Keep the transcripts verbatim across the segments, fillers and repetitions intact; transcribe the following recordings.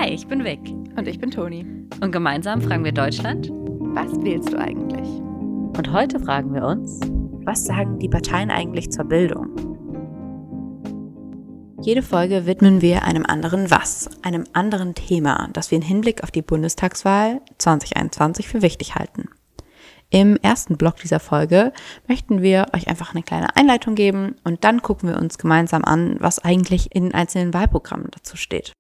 Hi, ich bin Vic. Und ich bin Toni. Und gemeinsam fragen wir Deutschland: Was wählst du eigentlich? Und heute fragen wir uns: Was sagen die Parteien eigentlich zur Bildung? Jede Folge widmen wir einem anderen Was, einem anderen Thema, das wir im Hinblick auf die Bundestagswahl zwanzig einundzwanzig für wichtig halten. Im ersten Block dieser Folge möchten wir euch einfach eine kleine Einleitung geben und dann gucken wir uns gemeinsam an, was eigentlich in den einzelnen Wahlprogrammen dazu steht.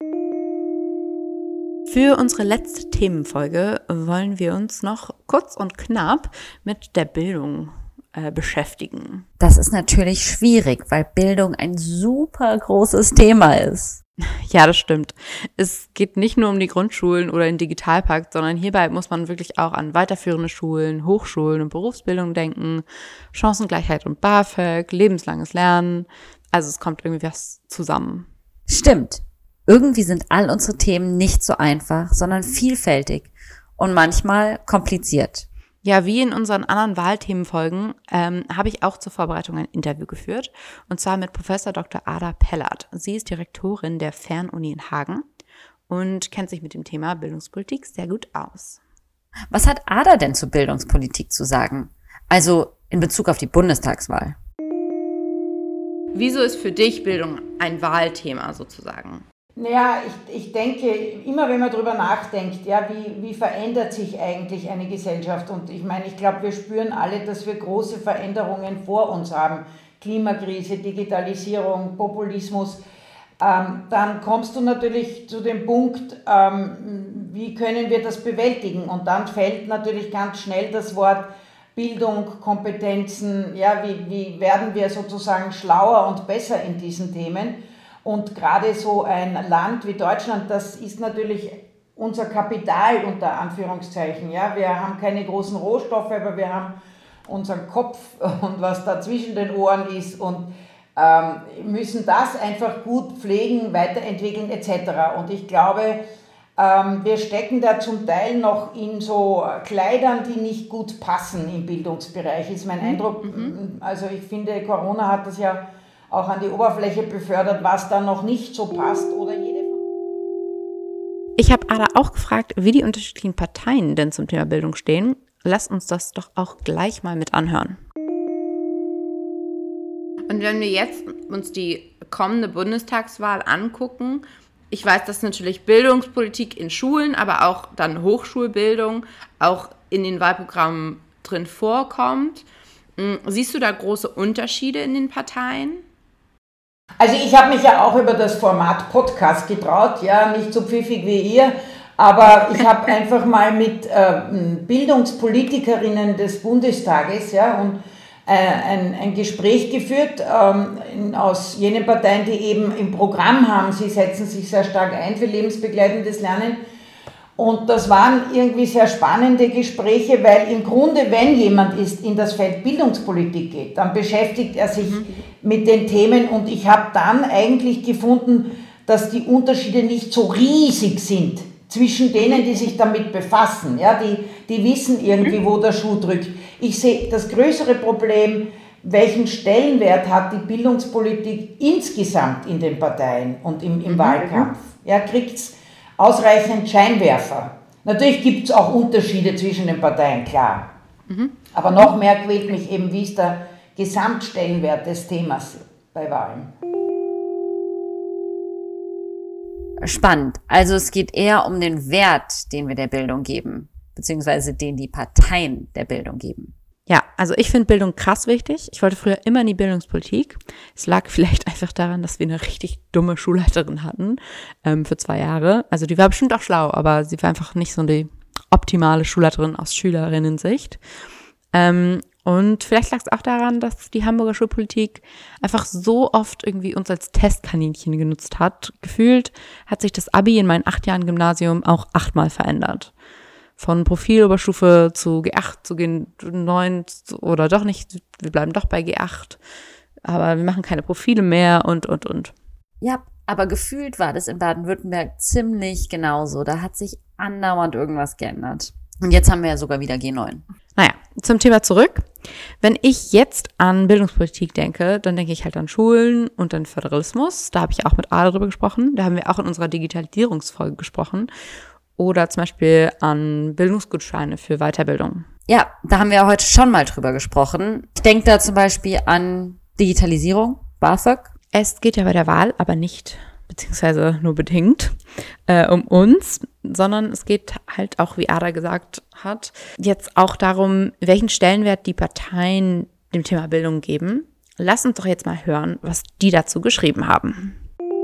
Für unsere letzte Themenfolge wollen wir uns noch kurz und knapp mit der Bildung äh, beschäftigen. Das ist natürlich schwierig, weil Bildung ein super großes Thema ist. Ja, das stimmt. Es geht nicht nur um die Grundschulen oder den Digitalpakt, sondern hierbei muss man wirklich auch an weiterführende Schulen, Hochschulen und Berufsbildung denken, Chancengleichheit und BAföG, lebenslanges Lernen. Also es kommt irgendwie was zusammen. Stimmt. Irgendwie sind all unsere Themen nicht so einfach, sondern vielfältig und manchmal kompliziert. Ja, wie in unseren anderen Wahlthemenfolgen ähm, habe ich auch zur Vorbereitung ein Interview geführt, und zwar mit Professor Doktor Ada Pellert. Sie ist Direktorin der Fernuni in Hagen und kennt sich mit dem Thema Bildungspolitik sehr gut aus. Was hat Ada denn zur Bildungspolitik zu sagen? Also in Bezug auf die Bundestagswahl. Wieso ist für dich Bildung ein Wahlthema sozusagen? Naja, ich, ich denke, immer wenn man darüber nachdenkt, ja, wie, wie verändert sich eigentlich eine Gesellschaft? Und ich meine, ich glaube, wir spüren alle, dass wir große Veränderungen vor uns haben. Klimakrise, Digitalisierung, Populismus. Ähm, dann kommst du natürlich zu dem Punkt, ähm, wie können wir das bewältigen? Und dann fällt natürlich ganz schnell das Wort Bildung, Kompetenzen, ja, wie, wie werden wir sozusagen schlauer und besser in diesen Themen? Und gerade so ein Land wie Deutschland, das ist natürlich unser Kapital unter Anführungszeichen. Ja? Wir haben keine großen Rohstoffe, aber wir haben unseren Kopf und was da zwischen den Ohren ist und ähm, müssen das einfach gut pflegen, weiterentwickeln et cetera. Und ich glaube, ähm, wir stecken da zum Teil noch in so Kleidern, die nicht gut passen im Bildungsbereich, ist mein Eindruck. Mhm. Also ich finde, Corona hat das ja auch an die Oberfläche befördert, was da noch nicht so passt. Oder jede Ich habe Ada auch gefragt, wie die unterschiedlichen Parteien denn zum Thema Bildung stehen. Lasst uns das doch auch gleich mal mit anhören. Und wenn wir jetzt uns die kommende Bundestagswahl angucken, ich weiß, dass natürlich Bildungspolitik in Schulen, aber auch dann Hochschulbildung auch in den Wahlprogrammen drin vorkommt. Siehst du da große Unterschiede in den Parteien? Also ich habe mich ja auch über das Format Podcast getraut, ja, nicht so pfiffig wie ihr, aber ich habe einfach mal mit äh, Bildungspolitikerinnen des Bundestages, ja, und äh, ein, ein Gespräch geführt ähm, in, aus jenen Parteien, die eben im Programm haben, sie setzen sich sehr stark ein für lebensbegleitendes Lernen. Und das waren irgendwie sehr spannende Gespräche, weil im Grunde, wenn jemand ist in das Feld Bildungspolitik geht, dann beschäftigt er sich mhm. mit den Themen, und ich habe dann eigentlich gefunden, dass die Unterschiede nicht so riesig sind zwischen denen, die sich damit befassen. Ja, die, die wissen irgendwie, wo der Schuh drückt. Ich sehe das größere Problem, welchen Stellenwert hat die Bildungspolitik insgesamt in den Parteien und im, im mhm. Wahlkampf. Ja, kriegt's ausreichend Scheinwerfer. Natürlich gibt es auch Unterschiede zwischen den Parteien, klar. Mhm. Aber noch mehr quält mich eben, wie ist der Gesamtstellenwert des Themas bei Wahlen. Spannend. Also es geht eher um den Wert, den wir der Bildung geben, beziehungsweise den die Parteien der Bildung geben. Ja, also ich finde Bildung krass wichtig. Ich wollte früher immer in die Bildungspolitik. Es lag vielleicht einfach daran, dass wir eine richtig dumme Schulleiterin hatten ähm, für zwei Jahre. Also die war bestimmt auch schlau, aber sie war einfach nicht so die optimale Schulleiterin aus Schülerinnen-Sicht. Ähm, und vielleicht lag es auch daran, dass die Hamburger Schulpolitik einfach so oft irgendwie uns als Testkaninchen genutzt hat. Gefühlt hat sich das Abi in meinen acht Jahren Gymnasium auch achtmal verändert. Von Profiloberstufe zu G acht zu G neun oder doch nicht, wir bleiben doch bei G acht, aber wir machen keine Profile mehr und, und, und. Ja, aber gefühlt war das in Baden-Württemberg ziemlich genauso. Da hat sich andauernd irgendwas geändert. Und jetzt haben wir ja sogar wieder G neun. Naja, zum Thema zurück. Wenn ich jetzt an Bildungspolitik denke, dann denke ich halt an Schulen und an Föderalismus. Da habe ich auch mit Ada drüber gesprochen. Da haben wir auch in unserer Digitalisierungsfolge gesprochen. Oder zum Beispiel an Bildungsgutscheine für Weiterbildung. Ja, da haben wir heute schon mal drüber gesprochen. Ich denke da zum Beispiel an Digitalisierung, BAföG. Es geht ja bei der Wahl aber nicht, beziehungsweise nur bedingt, äh, um uns, sondern es geht halt auch, wie Ada gesagt hat, jetzt auch darum, welchen Stellenwert die Parteien dem Thema Bildung geben. Lass uns doch jetzt mal hören, was die dazu geschrieben haben.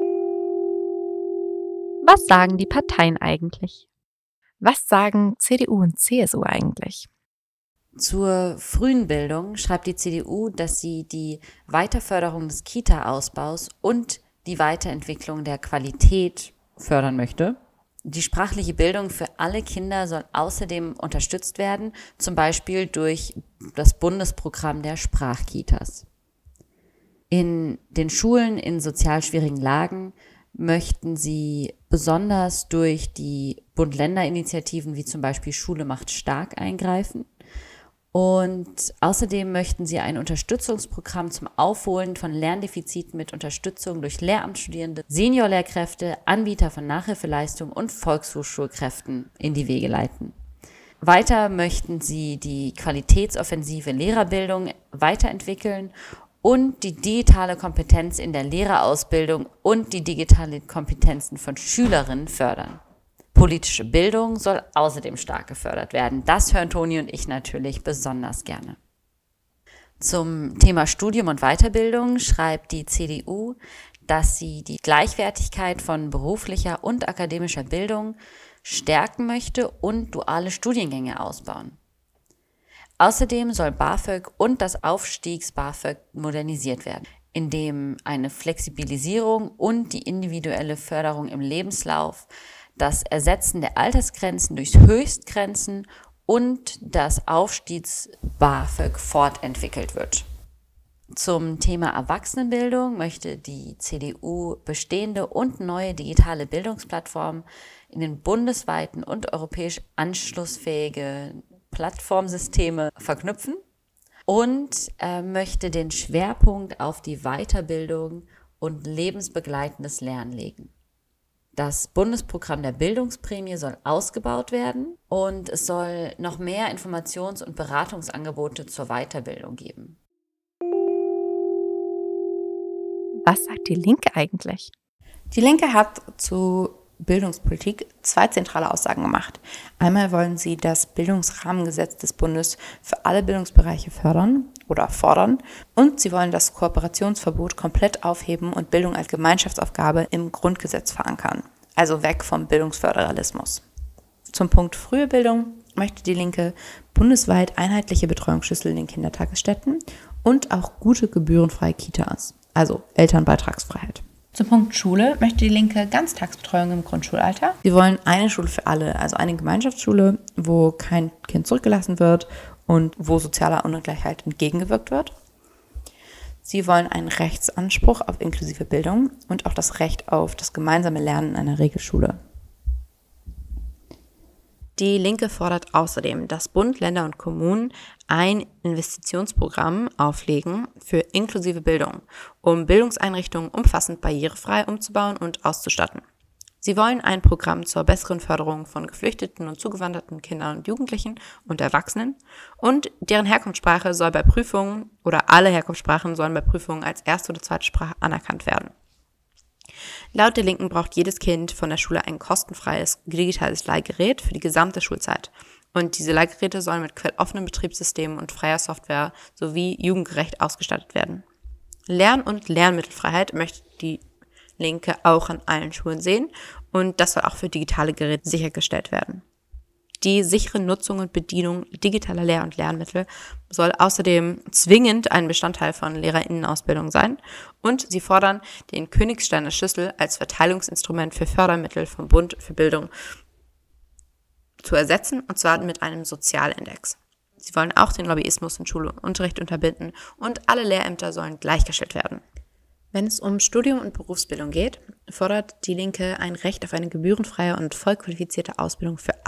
Was sagen die Parteien eigentlich? Was sagen C D U und C S U eigentlich? Zur frühen Bildung schreibt die C D U, dass sie die Weiterförderung des Kita-Ausbaus und die Weiterentwicklung der Qualität fördern möchte. Die sprachliche Bildung für alle Kinder soll außerdem unterstützt werden, zum Beispiel durch das Bundesprogramm der Sprachkitas. In den Schulen in sozial schwierigen Lagen möchten sie besonders durch die Bund-Länder-Initiativen wie zum Beispiel Schule macht stark eingreifen. Und außerdem möchten sie ein Unterstützungsprogramm zum Aufholen von Lerndefiziten mit Unterstützung durch Lehramtsstudierende, Seniorlehrkräfte, Anbieter von Nachhilfeleistungen und Volkshochschulkräften in die Wege leiten. Weiter möchten sie die qualitätsoffensive Lehrerbildung weiterentwickeln und die digitale Kompetenz in der Lehrerausbildung und die digitalen Kompetenzen von Schülerinnen fördern. Politische Bildung soll außerdem stark gefördert werden. Das hören Toni und ich natürlich besonders gerne. Zum Thema Studium und Weiterbildung schreibt die C D U, dass sie die Gleichwertigkeit von beruflicher und akademischer Bildung stärken möchte und duale Studiengänge ausbauen. Außerdem soll BAföG und das Aufstiegs-BAföG modernisiert werden, indem eine Flexibilisierung und die individuelle Förderung im Lebenslauf, das Ersetzen der Altersgrenzen durch Höchstgrenzen und das Aufstiegs-BAföG fortentwickelt wird. Zum Thema Erwachsenenbildung möchte die C D U bestehende und neue digitale Bildungsplattformen in den bundesweiten und europäisch anschlussfähige Plattformsysteme verknüpfen und äh, möchte den Schwerpunkt auf die Weiterbildung und lebensbegleitendes Lernen legen. Das Bundesprogramm der Bildungsprämie soll ausgebaut werden und es soll noch mehr Informations- und Beratungsangebote zur Weiterbildung geben. Was sagt die Linke eigentlich? Die Linke hat zu Bildungspolitik zwei zentrale Aussagen gemacht. Einmal wollen sie das Bildungsrahmengesetz des Bundes für alle Bildungsbereiche fördern oder fordern und sie wollen das Kooperationsverbot komplett aufheben und Bildung als Gemeinschaftsaufgabe im Grundgesetz verankern, also weg vom Bildungsföderalismus. Zum Punkt frühe Bildung möchte die Linke bundesweit einheitliche Betreuungsschlüssel in den Kindertagesstätten und auch gute gebührenfreie Kitas, also Elternbeitragsfreiheit. Zum Punkt Schule möchte die Linke Ganztagsbetreuung im Grundschulalter. Sie wollen eine Schule für alle, also eine Gemeinschaftsschule, wo kein Kind zurückgelassen wird und wo sozialer Ungleichheit entgegengewirkt wird. Sie wollen einen Rechtsanspruch auf inklusive Bildung und auch das Recht auf das gemeinsame Lernen in einer Regelschule. Die Linke fordert außerdem, dass Bund, Länder und Kommunen ein Investitionsprogramm auflegen für inklusive Bildung, um Bildungseinrichtungen umfassend barrierefrei umzubauen und auszustatten. Sie wollen ein Programm zur besseren Förderung von geflüchteten und zugewanderten Kindern und Jugendlichen und Erwachsenen und deren Herkunftssprache soll bei Prüfungen oder alle Herkunftssprachen sollen bei Prüfungen als erste oder zweite Sprache anerkannt werden. Laut der Linken braucht jedes Kind von der Schule ein kostenfreies digitales Leihgerät für die gesamte Schulzeit. Und diese Leihgeräte sollen mit quelloffenen Betriebssystemen und freier Software sowie jugendgerecht ausgestattet werden. Lern- und Lernmittelfreiheit möchte die Linke auch an allen Schulen sehen und das soll auch für digitale Geräte sichergestellt werden. Die sichere Nutzung und Bedienung digitaler Lehr- und Lernmittel soll außerdem zwingend ein Bestandteil von LehrerInnenausbildung sein und sie fordern den Königsteiner Schlüssel als Verteilungsinstrument für Fördermittel vom Bund für Bildung zu ersetzen und zwar mit einem Sozialindex. Sie wollen auch den Lobbyismus in Schule und Unterricht unterbinden und alle Lehrämter sollen gleichgestellt werden. Wenn es um Studium und Berufsbildung geht, fordert die Linke ein Recht auf eine gebührenfreie und voll qualifizierte Ausbildung für alle.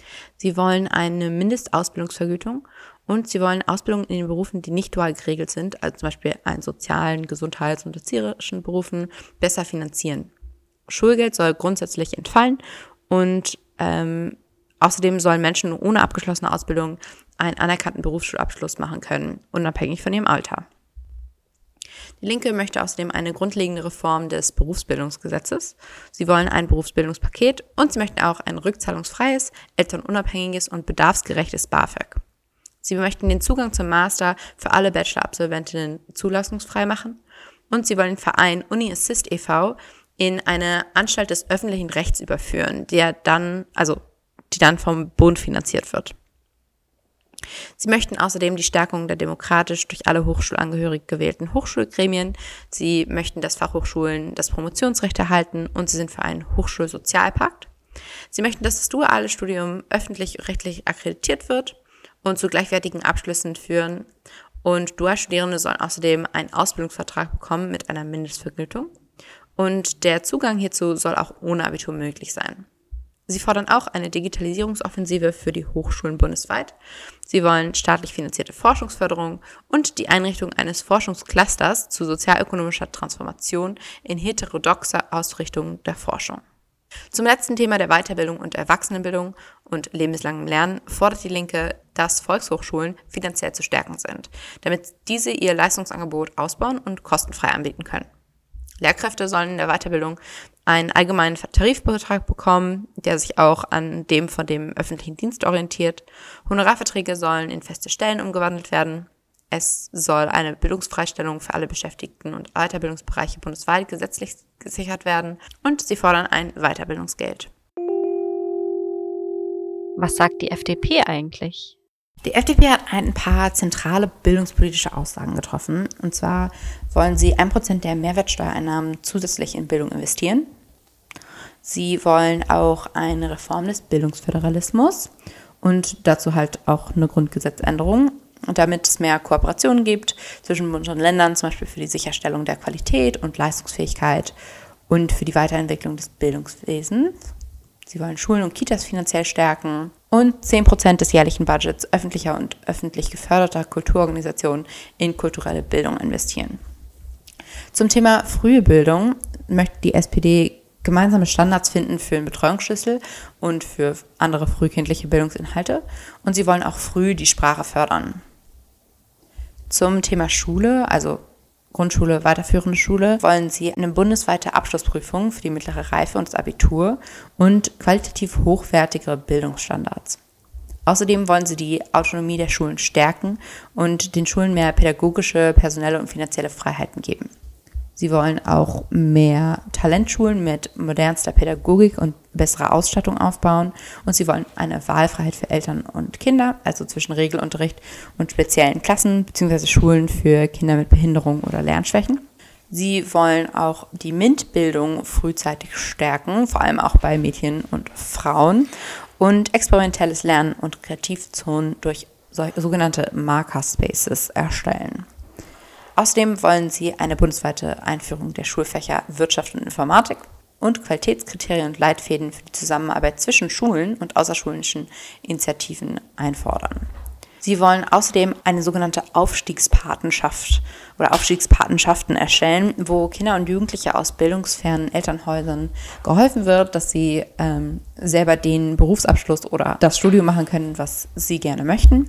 Sie wollen eine Mindestausbildungsvergütung und sie wollen Ausbildungen in den Berufen, die nicht dual geregelt sind, also zum Beispiel in sozialen, Gesundheits- und erzieherischen Berufen, besser finanzieren. Schulgeld soll grundsätzlich entfallen und ähm, außerdem sollen Menschen ohne abgeschlossene Ausbildung einen anerkannten Berufsschulabschluss machen können, unabhängig von ihrem Alter. Die Linke möchte außerdem eine grundlegende Reform des Berufsbildungsgesetzes. Sie wollen ein Berufsbildungspaket und sie möchten auch ein rückzahlungsfreies, elternunabhängiges und bedarfsgerechtes BAföG. Sie möchten den Zugang zum Master für alle Bachelor-Absolventinnen zulassungsfrei machen und sie wollen den Verein UniAssist e V in eine Anstalt des öffentlichen Rechts überführen, der dann, also die dann vom Bund finanziert wird. Sie möchten außerdem die Stärkung der demokratisch durch alle hochschulangehörig gewählten Hochschulgremien. Sie möchten, dass Fachhochschulen das Promotionsrecht erhalten und sie sind für einen Hochschulsozialpakt. Sie möchten, dass das duale Studium öffentlich-rechtlich akkreditiert wird und zu gleichwertigen Abschlüssen führen. Und Dualstudierende sollen außerdem einen Ausbildungsvertrag bekommen mit einer Mindestvergütung. Und der Zugang hierzu soll auch ohne Abitur möglich sein. Sie fordern auch eine Digitalisierungsoffensive für die Hochschulen bundesweit. Sie wollen staatlich finanzierte Forschungsförderung und die Einrichtung eines Forschungsclusters zu sozialökonomischer Transformation in heterodoxer Ausrichtung der Forschung. Zum letzten Thema der Weiterbildung und Erwachsenenbildung und lebenslangem Lernen fordert die Linke, dass Volkshochschulen finanziell zu stärken sind, damit diese ihr Leistungsangebot ausbauen und kostenfrei anbieten können. Lehrkräfte sollen in der Weiterbildung einen allgemeinen Tarifvertrag bekommen, der sich auch an dem von dem öffentlichen Dienst orientiert. Honorarverträge sollen in feste Stellen umgewandelt werden. Es soll eine Bildungsfreistellung für alle Beschäftigten und Weiterbildungsbereiche bundesweit gesetzlich gesichert werden. Und sie fordern ein Weiterbildungsgeld. Was sagt die F D P eigentlich? Die F D P hat ein paar zentrale bildungspolitische Aussagen getroffen. Und zwar wollen sie ein Prozent der Mehrwertsteuereinnahmen zusätzlich in Bildung investieren. Sie wollen auch eine Reform des Bildungsföderalismus und dazu halt auch eine Grundgesetzänderung, damit es mehr Kooperationen gibt zwischen Bund und Ländern, zum Beispiel für die Sicherstellung der Qualität und Leistungsfähigkeit und für die Weiterentwicklung des Bildungswesens. Sie wollen Schulen und Kitas finanziell stärken und zehn Prozent des jährlichen Budgets öffentlicher und öffentlich geförderter Kulturorganisationen in kulturelle Bildung investieren. Zum Thema frühe Bildung möchte die S P D gemeinsame Standards finden für einen Betreuungsschlüssel und für andere frühkindliche Bildungsinhalte und sie wollen auch früh die Sprache fördern. Zum Thema Schule, also Grundschule, weiterführende Schule, wollen sie eine bundesweite Abschlussprüfung für die mittlere Reife und das Abitur und qualitativ hochwertigere Bildungsstandards. Außerdem wollen sie die Autonomie der Schulen stärken und den Schulen mehr pädagogische, personelle und finanzielle Freiheiten geben. Sie wollen auch mehr Talentschulen mit modernster Pädagogik und besserer Ausstattung aufbauen und sie wollen eine Wahlfreiheit für Eltern und Kinder, also zwischen Regelunterricht und speziellen Klassen bzw. Schulen für Kinder mit Behinderung oder Lernschwächen. Sie wollen auch die MINT-Bildung frühzeitig stärken, vor allem auch bei Mädchen und Frauen und experimentelles Lernen und Kreativzonen durch sogenannte Marker-Spaces erstellen. Außerdem wollen sie eine bundesweite Einführung der Schulfächer Wirtschaft und Informatik und Qualitätskriterien und Leitfäden für die Zusammenarbeit zwischen Schulen und außerschulischen Initiativen einfordern. Sie wollen außerdem eine sogenannte Aufstiegspatenschaft oder Aufstiegspatenschaften erstellen, wo Kinder und Jugendliche aus bildungsfernen Elternhäusern geholfen wird, dass sie ähm, selber den Berufsabschluss oder das Studium machen können, was sie gerne möchten.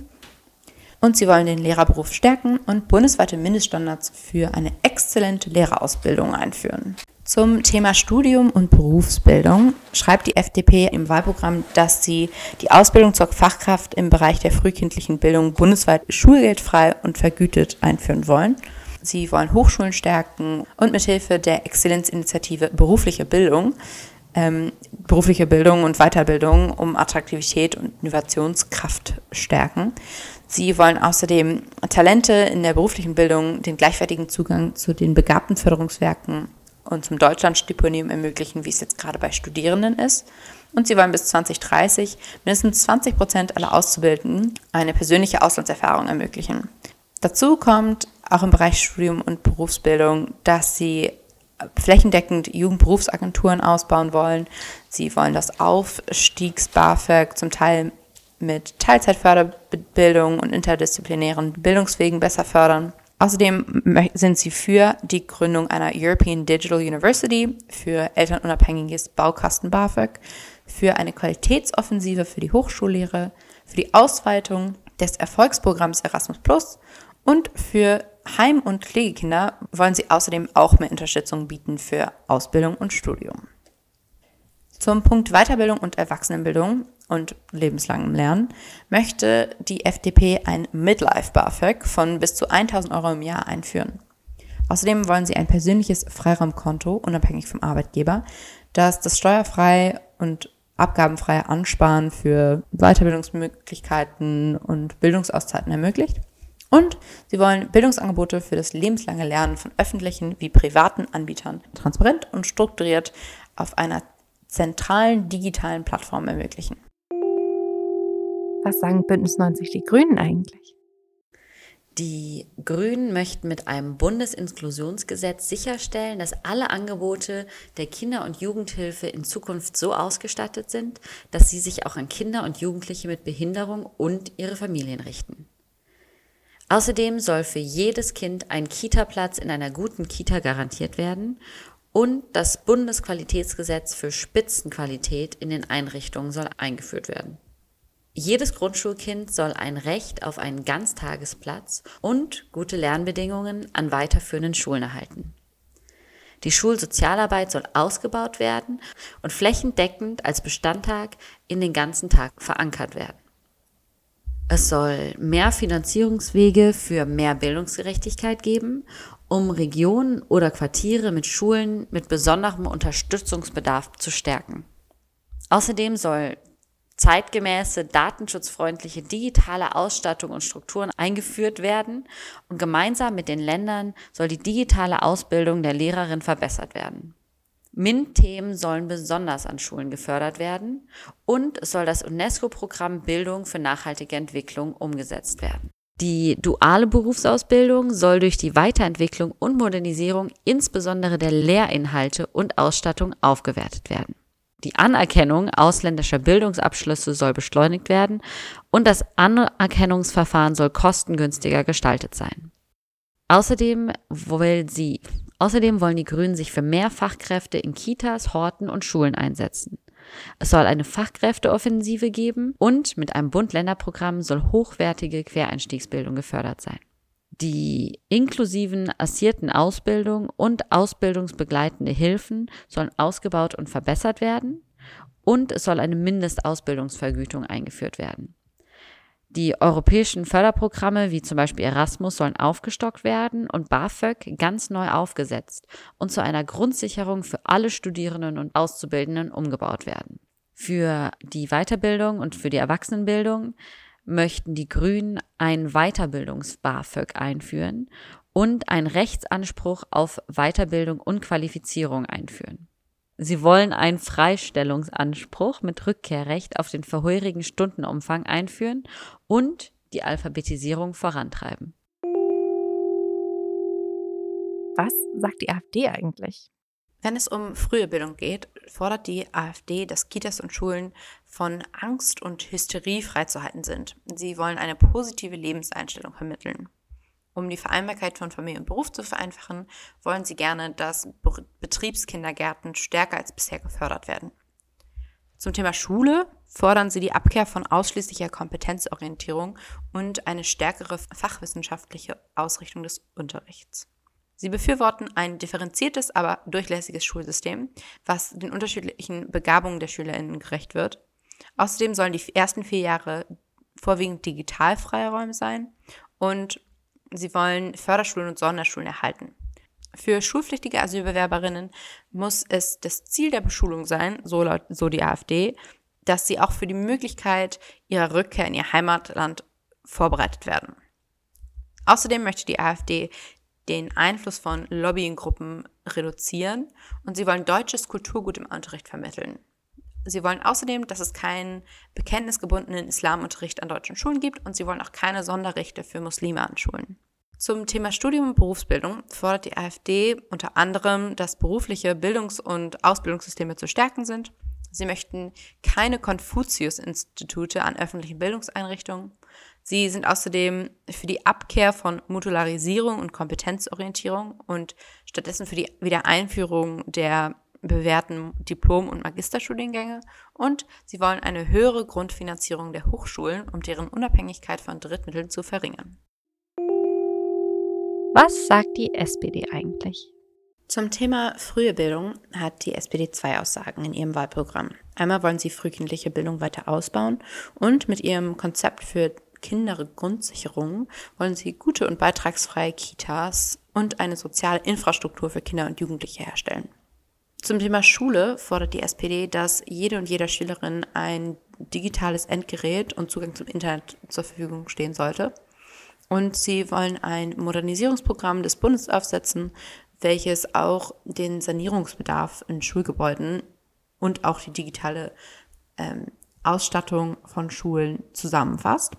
Und sie wollen den Lehrerberuf stärken und bundesweite Mindeststandards für eine exzellente Lehrerausbildung einführen. Zum Thema Studium und Berufsbildung schreibt die F D P im Wahlprogramm, dass sie die Ausbildung zur Fachkraft im Bereich der frühkindlichen Bildung bundesweit schulgeldfrei und vergütet einführen wollen. Sie wollen Hochschulen stärken und mithilfe der Exzellenzinitiative berufliche Bildung ähm, berufliche Bildung und Weiterbildung um Attraktivität und Innovationskraft stärken. Sie wollen außerdem Talente in der beruflichen Bildung den gleichwertigen Zugang zu den Begabtenförderungswerken und zum Deutschlandstipendium ermöglichen, wie es jetzt gerade bei Studierenden ist. Und sie wollen bis zwanzig dreißig mindestens zwanzig Prozent aller Auszubildenden eine persönliche Auslandserfahrung ermöglichen. Dazu kommt auch im Bereich Studium und Berufsbildung, dass sie flächendeckend Jugendberufsagenturen ausbauen wollen. Sie wollen das Aufstiegs-BAföG zum Teil mit Teilzeitförderbildung und interdisziplinären Bildungswegen besser fördern. Außerdem sind sie für die Gründung einer European Digital University, für elternunabhängiges Baukasten-BAföG, für eine Qualitätsoffensive für die Hochschullehre, für die Ausweitung des Erfolgsprogramms Erasmus Plus und für Heim- und Pflegekinder wollen sie außerdem auch mehr Unterstützung bieten für Ausbildung und Studium. Zum Punkt Weiterbildung und Erwachsenenbildung und lebenslangem Lernen möchte die F D P ein Midlife-BAföG von bis zu tausend Euro im Jahr einführen. Außerdem wollen sie ein persönliches Freiraumkonto, unabhängig vom Arbeitgeber, das das steuerfrei und abgabenfreie Ansparen für Weiterbildungsmöglichkeiten und Bildungsauszeiten ermöglicht. Und sie wollen Bildungsangebote für das lebenslange Lernen von öffentlichen wie privaten Anbietern transparent und strukturiert auf einer zentralen digitalen Plattform ermöglichen. Was sagen Bündnis neunzig Die Grünen eigentlich? Die Grünen möchten mit einem Bundesinklusionsgesetz sicherstellen, dass alle Angebote der Kinder- und Jugendhilfe in Zukunft so ausgestattet sind, dass sie sich auch an Kinder und Jugendliche mit Behinderung und ihre Familien richten. Außerdem soll für jedes Kind ein Kita-Platz in einer guten Kita garantiert werden und das Bundesqualitätsgesetz für Spitzenqualität in den Einrichtungen soll eingeführt werden. Jedes Grundschulkind soll ein Recht auf einen Ganztagesplatz und gute Lernbedingungen an weiterführenden Schulen erhalten. Die Schulsozialarbeit soll ausgebaut werden und flächendeckend als Bestandteil in den ganzen Tag verankert werden. Es soll mehr Finanzierungswege für mehr Bildungsgerechtigkeit geben, um Regionen oder Quartiere mit Schulen mit besonderem Unterstützungsbedarf zu stärken. Außerdem soll zeitgemäße, datenschutzfreundliche digitale Ausstattung und Strukturen eingeführt werden und gemeinsam mit den Ländern soll die digitale Ausbildung der Lehrerin verbessert werden. MINT-Themen sollen besonders an Schulen gefördert werden und es soll das UNESCO-Programm Bildung für nachhaltige Entwicklung umgesetzt werden. Die duale Berufsausbildung soll durch die Weiterentwicklung und Modernisierung insbesondere der Lehrinhalte und Ausstattung aufgewertet werden. Die Anerkennung ausländischer Bildungsabschlüsse soll beschleunigt werden und das Anerkennungsverfahren soll kostengünstiger gestaltet sein. Außerdem wollen sie, außerdem wollen die Grünen sich für mehr Fachkräfte in Kitas, Horten und Schulen einsetzen. Es soll eine Fachkräfteoffensive geben und mit einem Bund-Länder-Programm soll hochwertige Quereinstiegsbildung gefördert sein. Die inklusiven assistierten Ausbildung und ausbildungsbegleitende Hilfen sollen ausgebaut und verbessert werden und es soll eine Mindestausbildungsvergütung eingeführt werden. Die europäischen Förderprogramme wie zum Beispiel Erasmus sollen aufgestockt werden und BAföG ganz neu aufgesetzt und zu einer Grundsicherung für alle Studierenden und Auszubildenden umgebaut werden. Für die Weiterbildung und für die Erwachsenenbildung möchten die Grünen ein Weiterbildungs-BAföG einführen und einen Rechtsanspruch auf Weiterbildung und Qualifizierung einführen. Sie wollen einen Freistellungsanspruch mit Rückkehrrecht auf den vorherigen Stundenumfang einführen und die Alphabetisierung vorantreiben. Was sagt die AfD eigentlich? Wenn es um frühe Bildung geht, fordert die AfD, dass Kitas und Schulen von Angst und Hysterie freizuhalten sind. Sie wollen eine positive Lebenseinstellung vermitteln. Um die Vereinbarkeit von Familie und Beruf zu vereinfachen, wollen sie gerne, dass Betriebskindergärten stärker als bisher gefördert werden. Zum Thema Schule fordern sie die Abkehr von ausschließlicher Kompetenzorientierung und eine stärkere fachwissenschaftliche Ausrichtung des Unterrichts. Sie befürworten ein differenziertes, aber durchlässiges Schulsystem, was den unterschiedlichen Begabungen der SchülerInnen gerecht wird. Außerdem sollen die ersten vier Jahre vorwiegend digitalfreie Räume sein und sie wollen Förderschulen und Sonderschulen erhalten. Für schulpflichtige Asylbewerberinnen muss es das Ziel der Beschulung sein, so, laut, so die AfD, dass sie auch für die Möglichkeit ihrer Rückkehr in ihr Heimatland vorbereitet werden. Außerdem möchte die AfD den Einfluss von Lobbyinggruppen reduzieren und sie wollen deutsches Kulturgut im Unterricht vermitteln. Sie wollen außerdem, dass es keinen bekenntnisgebundenen Islamunterricht an deutschen Schulen gibt und sie wollen auch keine Sonderrechte für Muslime an Schulen. Zum Thema Studium und Berufsbildung fordert die AfD unter anderem, dass berufliche Bildungs- und Ausbildungssysteme zu stärken sind. Sie möchten keine Konfuzius-Institute an öffentlichen Bildungseinrichtungen. Sie sind außerdem für die Abkehr von Modularisierung und Kompetenzorientierung und stattdessen für die Wiedereinführung der bewährten Diplom- und Magisterstudiengänge. Und sie wollen eine höhere Grundfinanzierung der Hochschulen, um deren Unabhängigkeit von Drittmitteln zu verringern. Was sagt die S P D eigentlich? Zum Thema frühe Bildung hat die S P D zwei Aussagen in ihrem Wahlprogramm. Einmal wollen sie frühkindliche Bildung weiter ausbauen und mit ihrem Konzept für Kindergrundsicherung wollen sie gute und beitragsfreie Kitas und eine soziale Infrastruktur für Kinder und Jugendliche herstellen. Zum Thema Schule fordert die S P D, dass jede und jeder Schülerin ein digitales Endgerät und Zugang zum Internet zur Verfügung stehen sollte. Und sie wollen ein Modernisierungsprogramm des Bundes aufsetzen, welches auch den Sanierungsbedarf in Schulgebäuden und auch die digitale ähm, Ausstattung von Schulen zusammenfasst.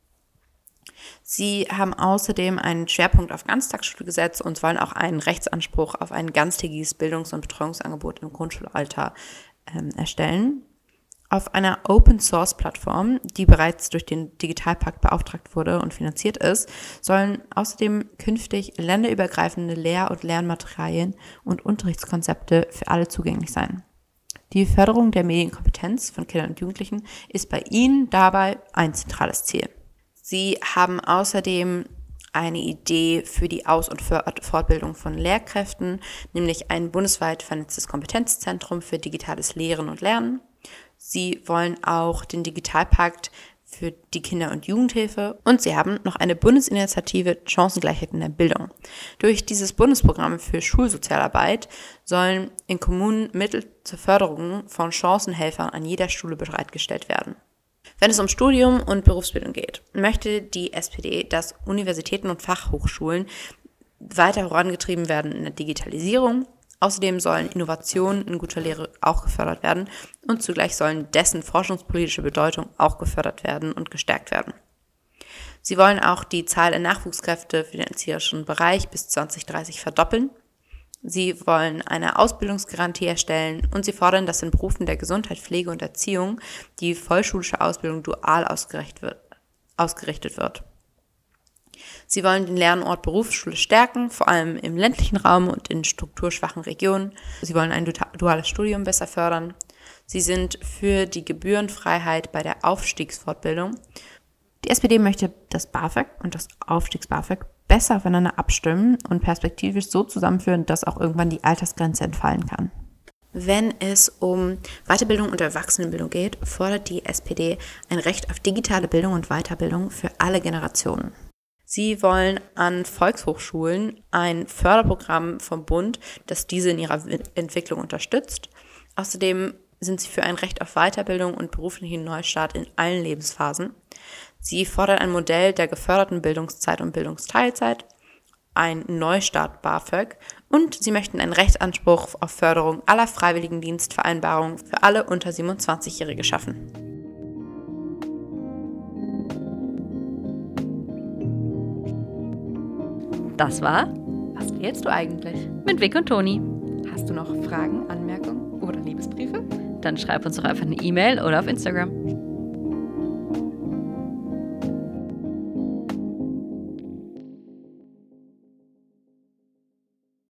Sie haben außerdem einen Schwerpunkt auf Ganztagsschule gesetzt und wollen auch einen Rechtsanspruch auf ein ganztägiges Bildungs- und Betreuungsangebot im Grundschulalter ähm, erstellen. Auf einer Open-Source-Plattform, die bereits durch den Digitalpakt beauftragt wurde und finanziert ist, sollen außerdem künftig länderübergreifende Lehr- und Lernmaterialien und Unterrichtskonzepte für alle zugänglich sein. Die Förderung der Medienkompetenz von Kindern und Jugendlichen ist bei ihnen dabei ein zentrales Ziel. Sie haben außerdem eine Idee für die Aus- und Fortbildung von Lehrkräften, nämlich ein bundesweit vernetztes Kompetenzzentrum für digitales Lehren und Lernen. Sie wollen auch den Digitalpakt für die Kinder- und Jugendhilfe und sie haben noch eine Bundesinitiative Chancengleichheit in der Bildung. Durch dieses Bundesprogramm für Schulsozialarbeit sollen in Kommunen Mittel zur Förderung von Chancenhelfern an jeder Schule bereitgestellt werden. Wenn es um Studium und Berufsbildung geht, möchte die S P D, dass Universitäten und Fachhochschulen weiter vorangetrieben werden in der Digitalisierung. Außerdem sollen Innovationen in guter Lehre auch gefördert werden und zugleich sollen dessen forschungspolitische Bedeutung auch gefördert werden und gestärkt werden. Sie wollen auch die Zahl der Nachwuchskräfte für den erzieherischen Bereich bis zwanzig dreißig verdoppeln. Sie wollen eine Ausbildungsgarantie erstellen und sie fordern, dass in Berufen der Gesundheit, Pflege und Erziehung die vollschulische Ausbildung dual ausgerichtet wird. Ausgerichtet wird. Sie wollen den Lernort Berufsschule stärken, vor allem im ländlichen Raum und in strukturschwachen Regionen. Sie wollen ein duales Studium besser fördern. Sie sind für die Gebührenfreiheit bei der Aufstiegsfortbildung. Die S P D möchte das BAföG und das Aufstiegs-BAföG besser aufeinander abstimmen und perspektivisch so zusammenführen, dass auch irgendwann die Altersgrenze entfallen kann. Wenn es um Weiterbildung und Erwachsenenbildung geht, fordert die S P D ein Recht auf digitale Bildung und Weiterbildung für alle Generationen. Sie wollen an Volkshochschulen ein Förderprogramm vom Bund, das diese in ihrer Entwicklung unterstützt. Außerdem sind sie für ein Recht auf Weiterbildung und beruflichen Neustart in allen Lebensphasen. Sie fordern ein Modell der geförderten Bildungszeit und Bildungsteilzeit, ein Neustart BAföG und sie möchten einen Rechtsanspruch auf Förderung aller Freiwilligendienstvereinbarungen für alle unter siebenundzwanzigjährige schaffen. Das war Was wählst du eigentlich? mit Vic und Toni. Hast du noch Fragen, Anmerkungen oder Liebesbriefe? Dann schreib uns doch einfach eine E-Mail oder auf Instagram.